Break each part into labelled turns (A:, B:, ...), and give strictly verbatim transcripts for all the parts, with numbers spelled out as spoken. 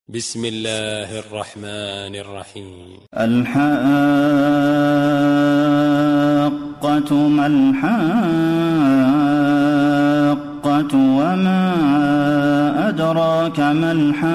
A: بسم الله الرحمن الرحيم.
B: الحاقة ما الحاقة وما أدراك ما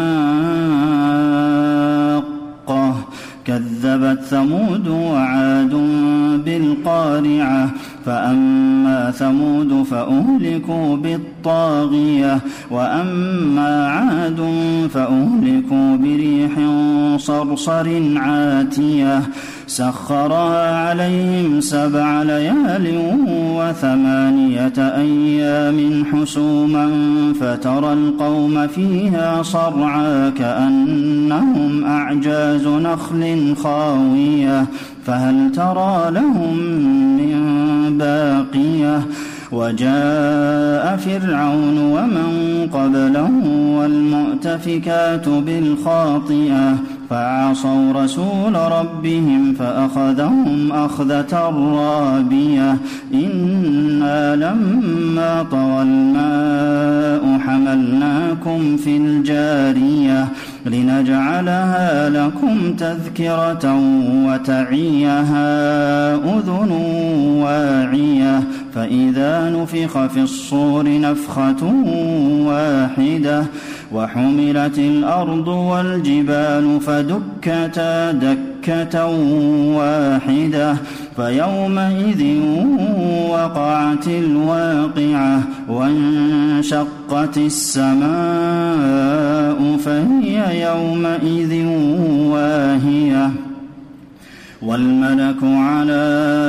B: الحاقة كذبت ثمود وعاد بالقارعة فأما ثمود فأهلكوا بالطاغية وأما عاد فأهلكوا بريح صرصر عاتية سخرها عليهم سبع ليال وثمانية أيام حسوما فترى القوم فيها صرعى كأنهم أعجاز نخل خاوية فهل ترى لهم من باقية وجاء فرعون ومن قبله والمؤتفكات بالخاطئة فعصوا رسول ربهم فأخذهم أخذة رابية إنا لما طغى الماء حملناكم في الجارية لنجعلها لكم تذكرة وتعيها أذن واعية فإذا نفخ في الصور نفخة واحدة وحملت الأرض والجبال فدكتا دكة واحدة فيومئذ وقعت الواقعة وانشقت السماء فهي يومئذ واهية والملك على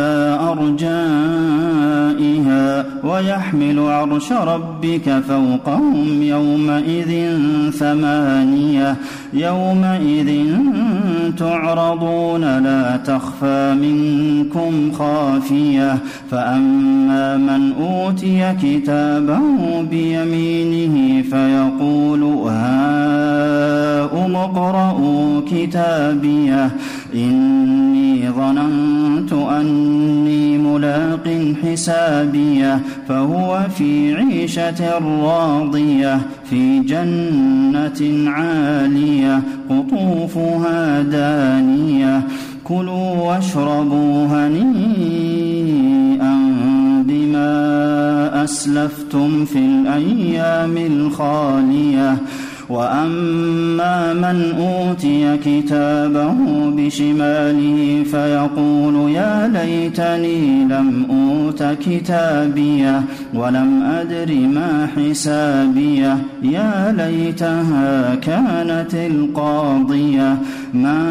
B: أرجائها ويحمل عرش ربك فوقهم يومئذ ثمانية يومئذ تعرضون لا تخفى منكم خافية فأما من أوتي كتابه بيمينه فيقول هاؤم اقرءوا كتابيه إني ظننت أني ملاق حسابيه فهو في عيشة راضية في جنة عالية قطوفها دانية كلوا واشربوا هنيئا بما أسلفتم في الأيام الخالية وأما من أوتي كتابه بشماله فيقول يا ليتني لم أوت كتابيه ولم أدر ما حسابيه يا ليتها كانت القاضية ما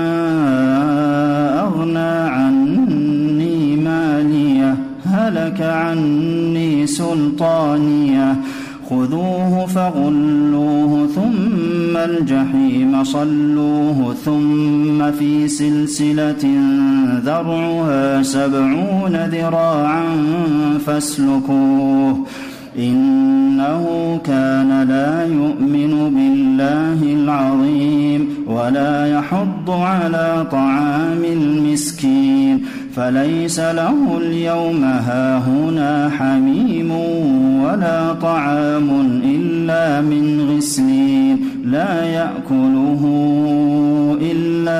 B: أغنى عني ماليه هلك عني سلطانيه خذوه فغلوه ثم الجحيم صلوه ثم في سلسلة ذرعها سبعون ذراعا فاسلكوه إنه كان لا يؤمن بالله العظيم ولا يحض على طعام المسكين فليس له اليوم هاهنا حميم ولا طعام إلا من غسلين لا يأكله إلا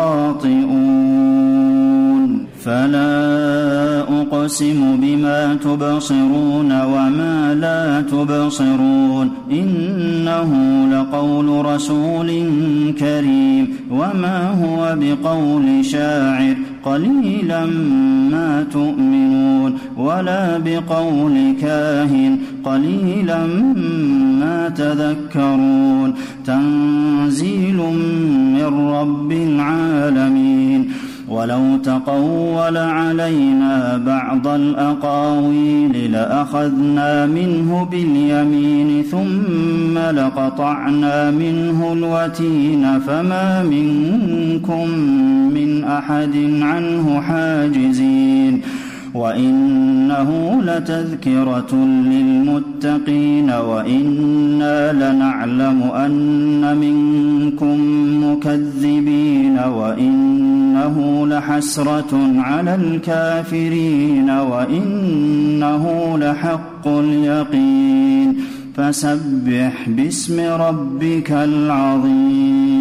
B: الخاطئون فلا أقسم بما تبصرون وما لا تبصرون إنه لقول رسول كريم وما هو بقول شاعر قليلا ما تؤمنون ولا بقول كاهن قليلا ما تذكرون تنزيل من رب العالمين ولو تقول علينا بعض الأقاويل لأخذنا منه باليمين ثم لقطعنا منه الوتين فما منكم من أحد عنه حاجزين وإنه لتذكرة للمتقين وإنا لنعلم أن منكم مكذبين وإنه لحسرة على الكافرين وإنه لحق اليقين فسبح باسم ربك العظيم